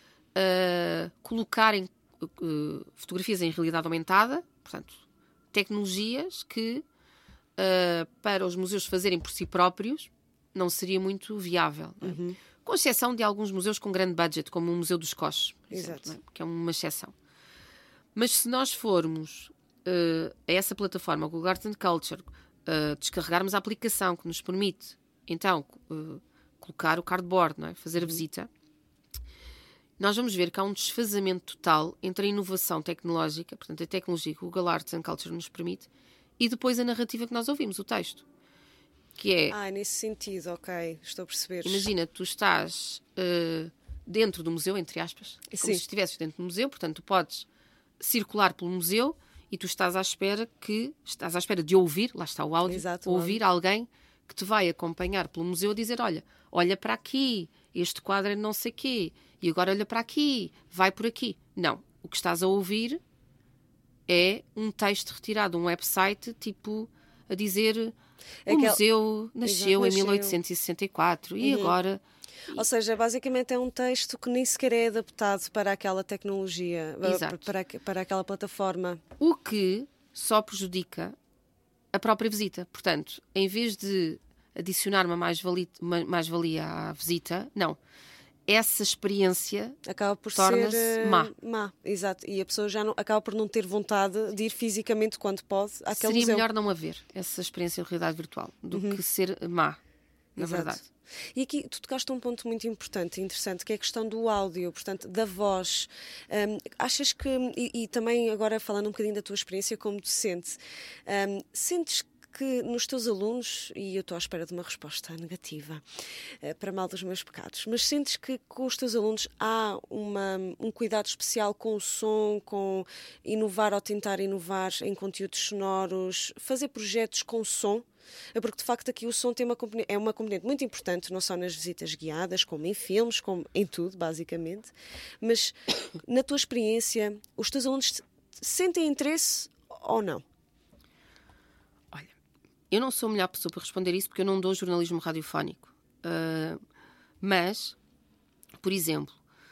colocarem fotografias em realidade aumentada, portanto, tecnologias que para os museus fazerem por si próprios não seria muito viável. Não é? Com exceção de alguns museus com grande budget, como o Museu dos Coches, por exemplo, não é? Que é uma exceção. Mas se nós formos a essa plataforma, o Google Arts and Culture, descarregarmos a aplicação que nos permite, então, colocar o cardboard, não é? Fazer a visita, nós vamos ver que há um desfazamento total entre a inovação tecnológica, portanto, a tecnologia que o Google Arts and Culture nos permite, e depois a narrativa que nós ouvimos, o texto. Que é... nesse sentido, ok, estou a perceber. Imagina, tu estás dentro do museu, entre aspas, como se estivesses dentro do museu, portanto, tu podes circular pelo museu e tu estás à espera de ouvir, lá está o áudio, Exato, ouvir alguém que te vai acompanhar pelo museu a dizer, olha para aqui, este quadro é não sei quê, e agora olha para aqui, vai por aqui. Não, o que estás a ouvir é um texto retirado de um website, tipo, a dizer o museu nasceu em 1864 e agora... Ou seja, basicamente é um texto que nem sequer é adaptado para aquela tecnologia, para aquela plataforma. O que só prejudica a própria visita. Portanto, em vez de adicionar uma mais-valia à visita, não. Essa experiência acaba por torna-se ser má. Exato. E a pessoa já acaba por não ter vontade de ir fisicamente quando pode àquele museu. Seria melhor não haver essa experiência de realidade virtual do que ser má, na verdade. E aqui tu tocaste um ponto muito importante e interessante, que é a questão do áudio, portanto, da voz. Achas que, e também agora falando um bocadinho da tua experiência como docente, sentes que nos teus alunos, e eu estou à espera de uma resposta negativa para mal dos meus pecados, mas sentes que com os teus alunos há um cuidado especial com o som, com inovar ou tentar inovar em conteúdos sonoros, fazer projetos com som? Porque de facto aqui o som tem é uma componente muito importante, não só nas visitas guiadas, como em filmes, como em tudo, basicamente. Mas na tua experiência, os teus alunos sentem interesse ou não? Olha, eu não sou a melhor pessoa para responder isso porque eu não dou jornalismo radiofónico. Mas, por exemplo,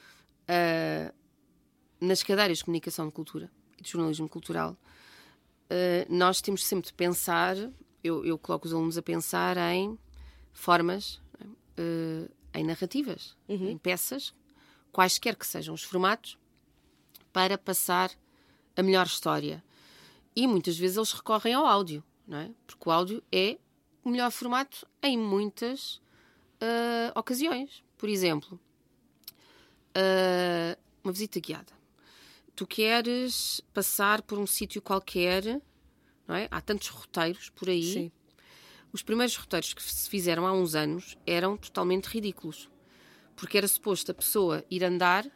nas cadeiras de comunicação de cultura e de jornalismo cultural, nós temos sempre de pensar, eu coloco os alunos a pensar em formas, em narrativas, em peças, quaisquer que sejam os formatos, para passar a melhor história. E muitas vezes eles recorrem ao áudio, não é? Porque o áudio é o melhor formato em muitas ocasiões. Por exemplo, uma visita guiada. Tu queres passar por um sítio qualquer, não é? Há tantos roteiros por aí. Sim. Os primeiros roteiros que se fizeram há uns anos eram totalmente ridículos. Porque era suposto a pessoa ir andar,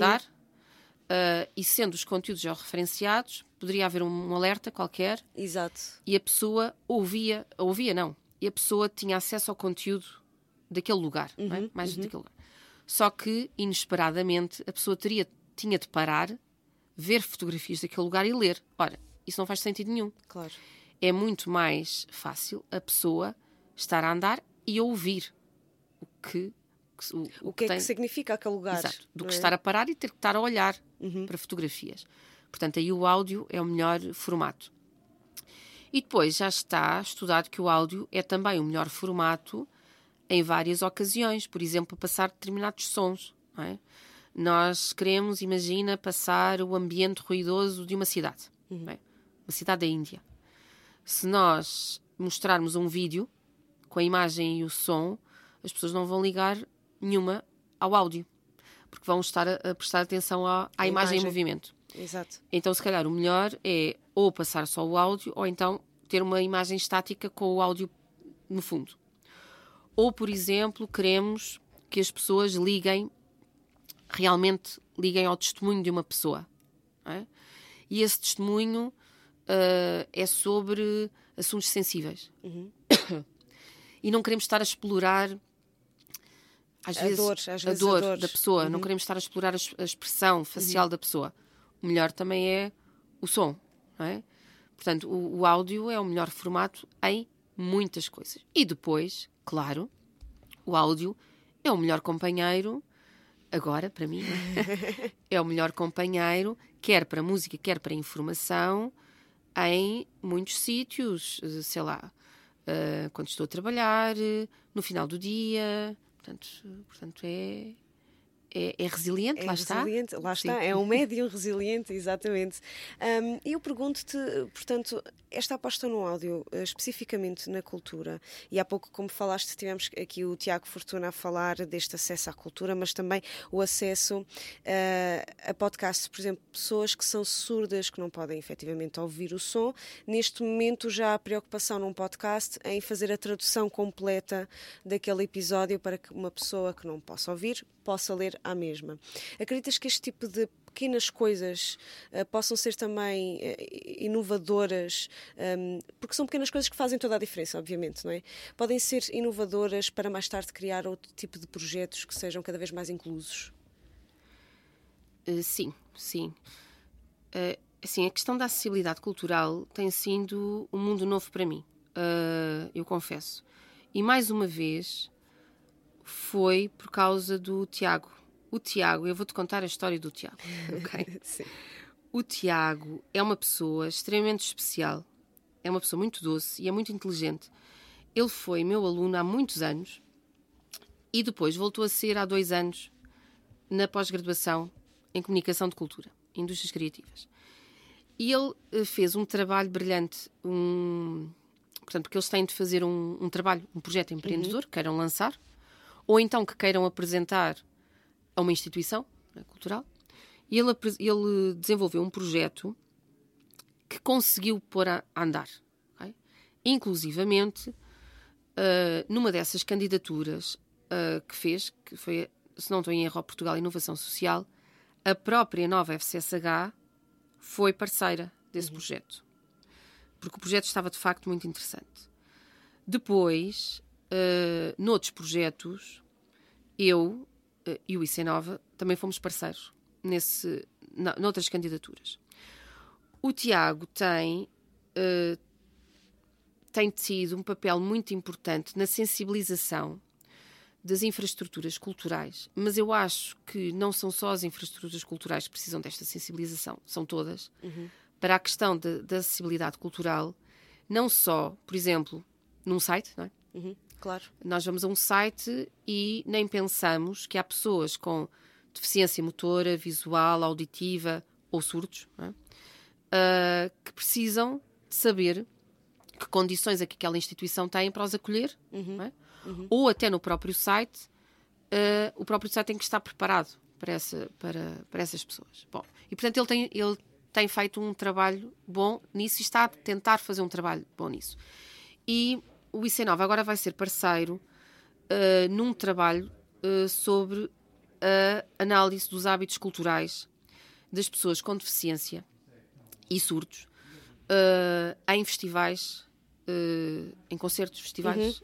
e sendo os conteúdos já referenciados, poderia haver um alerta qualquer. Exato. E a pessoa e a pessoa tinha acesso ao conteúdo daquele lugar, não é? Mais daquele lugar. Só que, inesperadamente, a pessoa tinha de parar, ver fotografias daquele lugar e ler. Ora, isso não faz sentido nenhum. Claro. É muito mais fácil a pessoa estar a andar e ouvir o que é que significa aquele lugar. Exato. Do que é? estar a parar e ter que estar a olhar para fotografias. Portanto, aí o áudio é o melhor formato. E depois já está estudado que o áudio é também o melhor formato em várias ocasiões. Por exemplo, passar determinados sons. Não é? Nós queremos, imagina, passar o ambiente ruidoso de uma cidade. Não é? Uma cidade da Índia. Se nós mostrarmos um vídeo com a imagem e o som, as pessoas não vão ligar nenhuma ao áudio, porque vão estar a prestar atenção à imagem em movimento. Exato. Então, se calhar, o melhor é ou passar só o áudio, ou então ter uma imagem estática com o áudio no fundo. Ou, por exemplo, queremos que as pessoas realmente liguem ao testemunho de uma pessoa. Não é? E esse testemunho é sobre assuntos sensíveis. E não queremos estar a explorar às vezes a dor da pessoa. Não queremos estar a explorar a expressão facial da pessoa. O melhor também é o som. Não é? Portanto, o áudio é o melhor formato em muitas coisas. E depois, claro, o áudio é o melhor companheiro, agora, para mim, é o melhor companheiro, quer para música, quer para informação, em muitos sítios, sei lá, quando estou a trabalhar, no final do dia. Portanto é resiliente, lá está. Resiliente, lá está, Sim. é um médium resiliente, exatamente. E eu pergunto-te, portanto, esta aposta no áudio, especificamente na cultura, e há pouco, como falaste, tivemos aqui o Tiago Fortuna a falar deste acesso à cultura, mas também o acesso a podcasts, por exemplo, pessoas que são surdas, que não podem efetivamente ouvir o som. Neste momento já há preocupação num podcast em fazer a tradução completa daquele episódio para que uma pessoa que não possa ouvir possa ler à mesma. Acreditas que este tipo de pequenas coisas possam ser também inovadoras, porque são pequenas coisas que fazem toda a diferença, obviamente, não é? Podem ser inovadoras para mais tarde criar outro tipo de projetos que sejam cada vez mais inclusos? Sim. Assim, a questão da acessibilidade cultural tem sido um mundo novo para mim, eu confesso. E mais uma vez foi por causa do Tiago. O Tiago, eu vou-te contar a história do Tiago. Okay? Sim. O Tiago é uma pessoa extremamente especial, é uma pessoa muito doce e é muito inteligente. Ele foi meu aluno há muitos anos e depois voltou a ser há 2 anos na pós-graduação em Comunicação de Cultura, Indústrias Criativas. E ele fez um trabalho brilhante, portanto, porque eles têm de fazer um trabalho, um projeto empreendedor que queiram lançar, ou então que queiram apresentar a uma instituição, né, cultural. E ele desenvolveu um projeto que conseguiu pôr a andar. Okay? Inclusivamente, numa dessas candidaturas que fez, que foi, se não estou em erro, ao Portugal Inovação Social, a própria nova FCSH foi parceira desse projeto. Porque o projeto estava, de facto, muito interessante. Depois, noutros projetos, eu e o IC9 também fomos parceiros noutras candidaturas. O Tiago tem tem tido um papel muito importante na sensibilização das infraestruturas culturais, mas eu acho que não são só as infraestruturas culturais que precisam desta sensibilização, são todas, para a questão da acessibilidade cultural, não só, por exemplo, num site, não é? Claro. Nós vamos a um site e nem pensamos que há pessoas com deficiência motora, visual, auditiva ou surdos, não é? Que precisam de saber que condições é que aquela instituição tem para os acolher, não é? Ou até no próprio site, o próprio site tem que estar preparado para essas pessoas. Bom, e portanto ele tem feito um trabalho bom nisso e está a tentar fazer um trabalho bom nisso. E o IC9 agora vai ser parceiro num trabalho sobre a análise dos hábitos culturais das pessoas com deficiência e surdos em festivais, em concertos, festivais,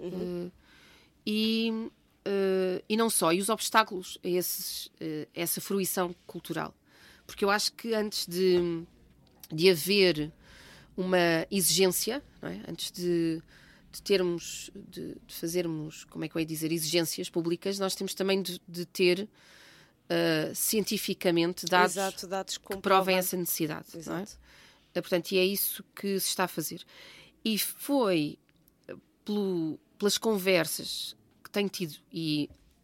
e não só, e os obstáculos a essa fruição cultural. Porque eu acho que antes de haver uma exigência, não é? Antes de fazermos, como é que eu ia dizer, exigências públicas, nós temos também de ter cientificamente dados, dados que provem essa necessidade. Não é? Portanto, e é isso que se está a fazer. E foi pelas conversas que tenho tido e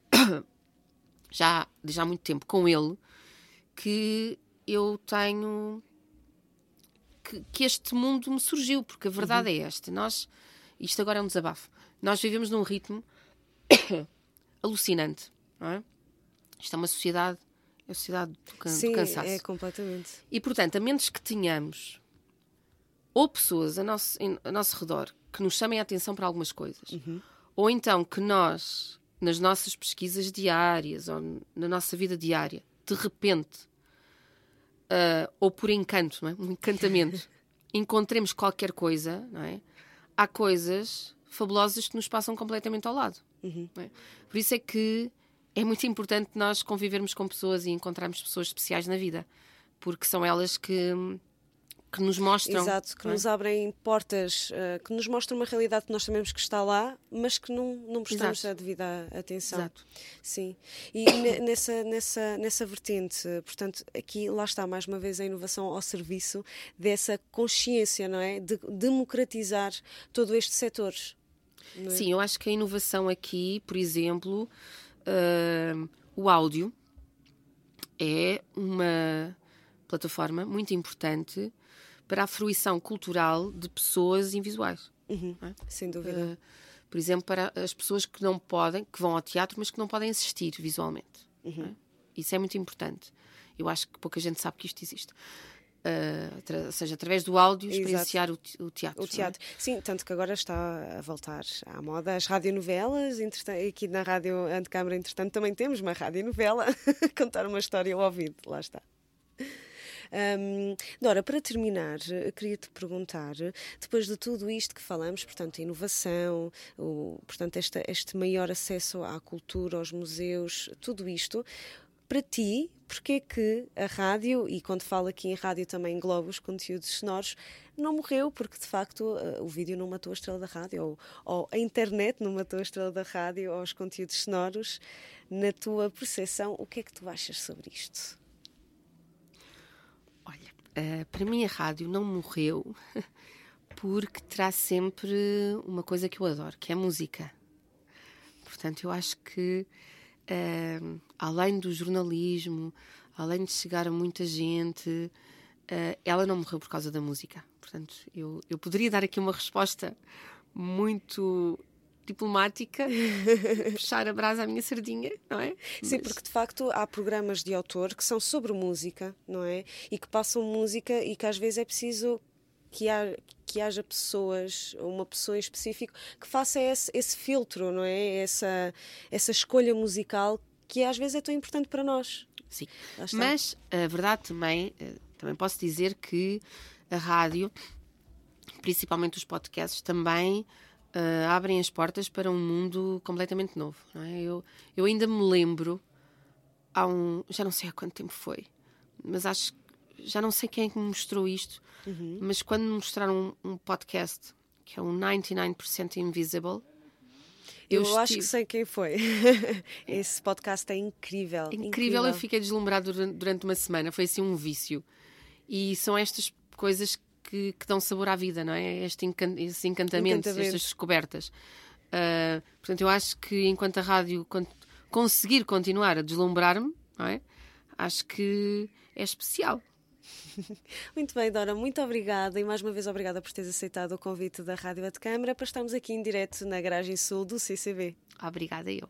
já há muito tempo com ele que eu tenho que este mundo me surgiu, porque a verdade é esta. Isto agora é um desabafo. Nós vivemos num ritmo alucinante, não é? Isto é uma sociedade, é a sociedade do cansaço. Sim, é completamente. E, portanto, a menos que tenhamos ou pessoas a nosso redor que nos chamem a atenção para algumas coisas, ou então que nós, nas nossas pesquisas diárias ou na nossa vida diária, de repente, ou por encanto, não é? Um encantamento, encontremos qualquer coisa, não é? Há coisas fabulosas que nos passam completamente ao lado. Não é? Por isso é que é muito importante nós convivermos com pessoas e encontrarmos pessoas especiais na vida, porque são elas que nos mostram... Exato, que nos abrem portas, que nos mostram uma realidade que nós sabemos que está lá, mas que não prestamos a devida atenção. Exato. Sim. E nessa vertente, portanto, aqui lá está mais uma vez a inovação ao serviço dessa consciência, não é? De democratizar todo este setor. Não é? Sim, eu acho que a inovação aqui, por exemplo, o áudio é uma plataforma muito importante para a fruição cultural de pessoas invisuais. É? Sem dúvida. Por exemplo, para as pessoas que não podem, que vão ao teatro, mas que não podem assistir visualmente. É? Isso é muito importante. Eu acho que pouca gente sabe que isto existe. Ou seja, através do áudio, experienciar o teatro. O teatro. É? Sim, tanto que agora está a voltar à moda as radionovelas. Aqui na Rádio Antecâmara, entretanto, também temos uma radionovela contar uma história ao ouvido. Lá está. Dora, para terminar, queria-te perguntar, depois de tudo isto que falamos, portanto, a inovação, portanto, este maior acesso à cultura, aos museus, tudo isto, para ti, porque é que a rádio, e quando falo aqui em rádio também engloba os conteúdos sonoros, não morreu? Porque, de facto, o vídeo não matou a estrela da rádio, ou a internet não matou a estrela da rádio, ou os conteúdos sonoros. Na tua percepção, o que é que tu achas sobre isto? Olha, para mim a rádio não morreu porque traz sempre uma coisa que eu adoro, que é a música. Portanto, eu acho que além do jornalismo, além de chegar a muita gente, ela não morreu por causa da música. Portanto, eu poderia dar aqui uma resposta muito diplomática, puxar a brasa à minha sardinha, não é? Sim, porque de facto há programas de autor que são sobre música, não é? E que passam música e que às vezes é preciso que haja pessoas, uma pessoa em específico, que faça esse filtro, não é? Essa escolha musical que às vezes é tão importante para nós. Sim, mas a verdade também posso dizer que a rádio, principalmente os podcasts, também abrem as portas para um mundo completamente novo, não é? Eu ainda me lembro, já não sei há quanto tempo foi, mas já não sei quem é que me mostrou isto, mas quando me mostraram um podcast que é o 99% Invisible. Eu acho que sei quem foi. Esse podcast é incrível. Incrível, eu fiquei deslumbrado durante uma semana. Foi assim um vício. E são estas coisas que dão sabor à vida, não é? Esses encantamentos, estas descobertas. Portanto, eu acho que enquanto a rádio conseguir continuar a deslumbrar-me, não é? Acho que é especial. Muito bem, Dora, muito obrigada e mais uma vez obrigada por teres aceitado o convite da Rádio Antecâmara para estarmos aqui em direto na garagem sul do CCB. Obrigada eu.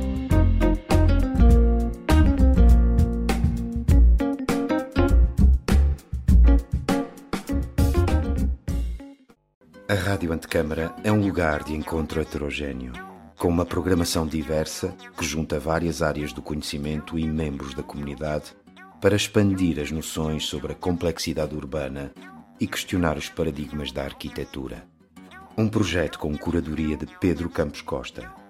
A Rádio Antecâmara é um lugar de encontro heterogéneo, com uma programação diversa que junta várias áreas do conhecimento e membros da comunidade para expandir as noções sobre a complexidade urbana e questionar os paradigmas da arquitetura. Um projeto com curadoria de Pedro Campos Costa.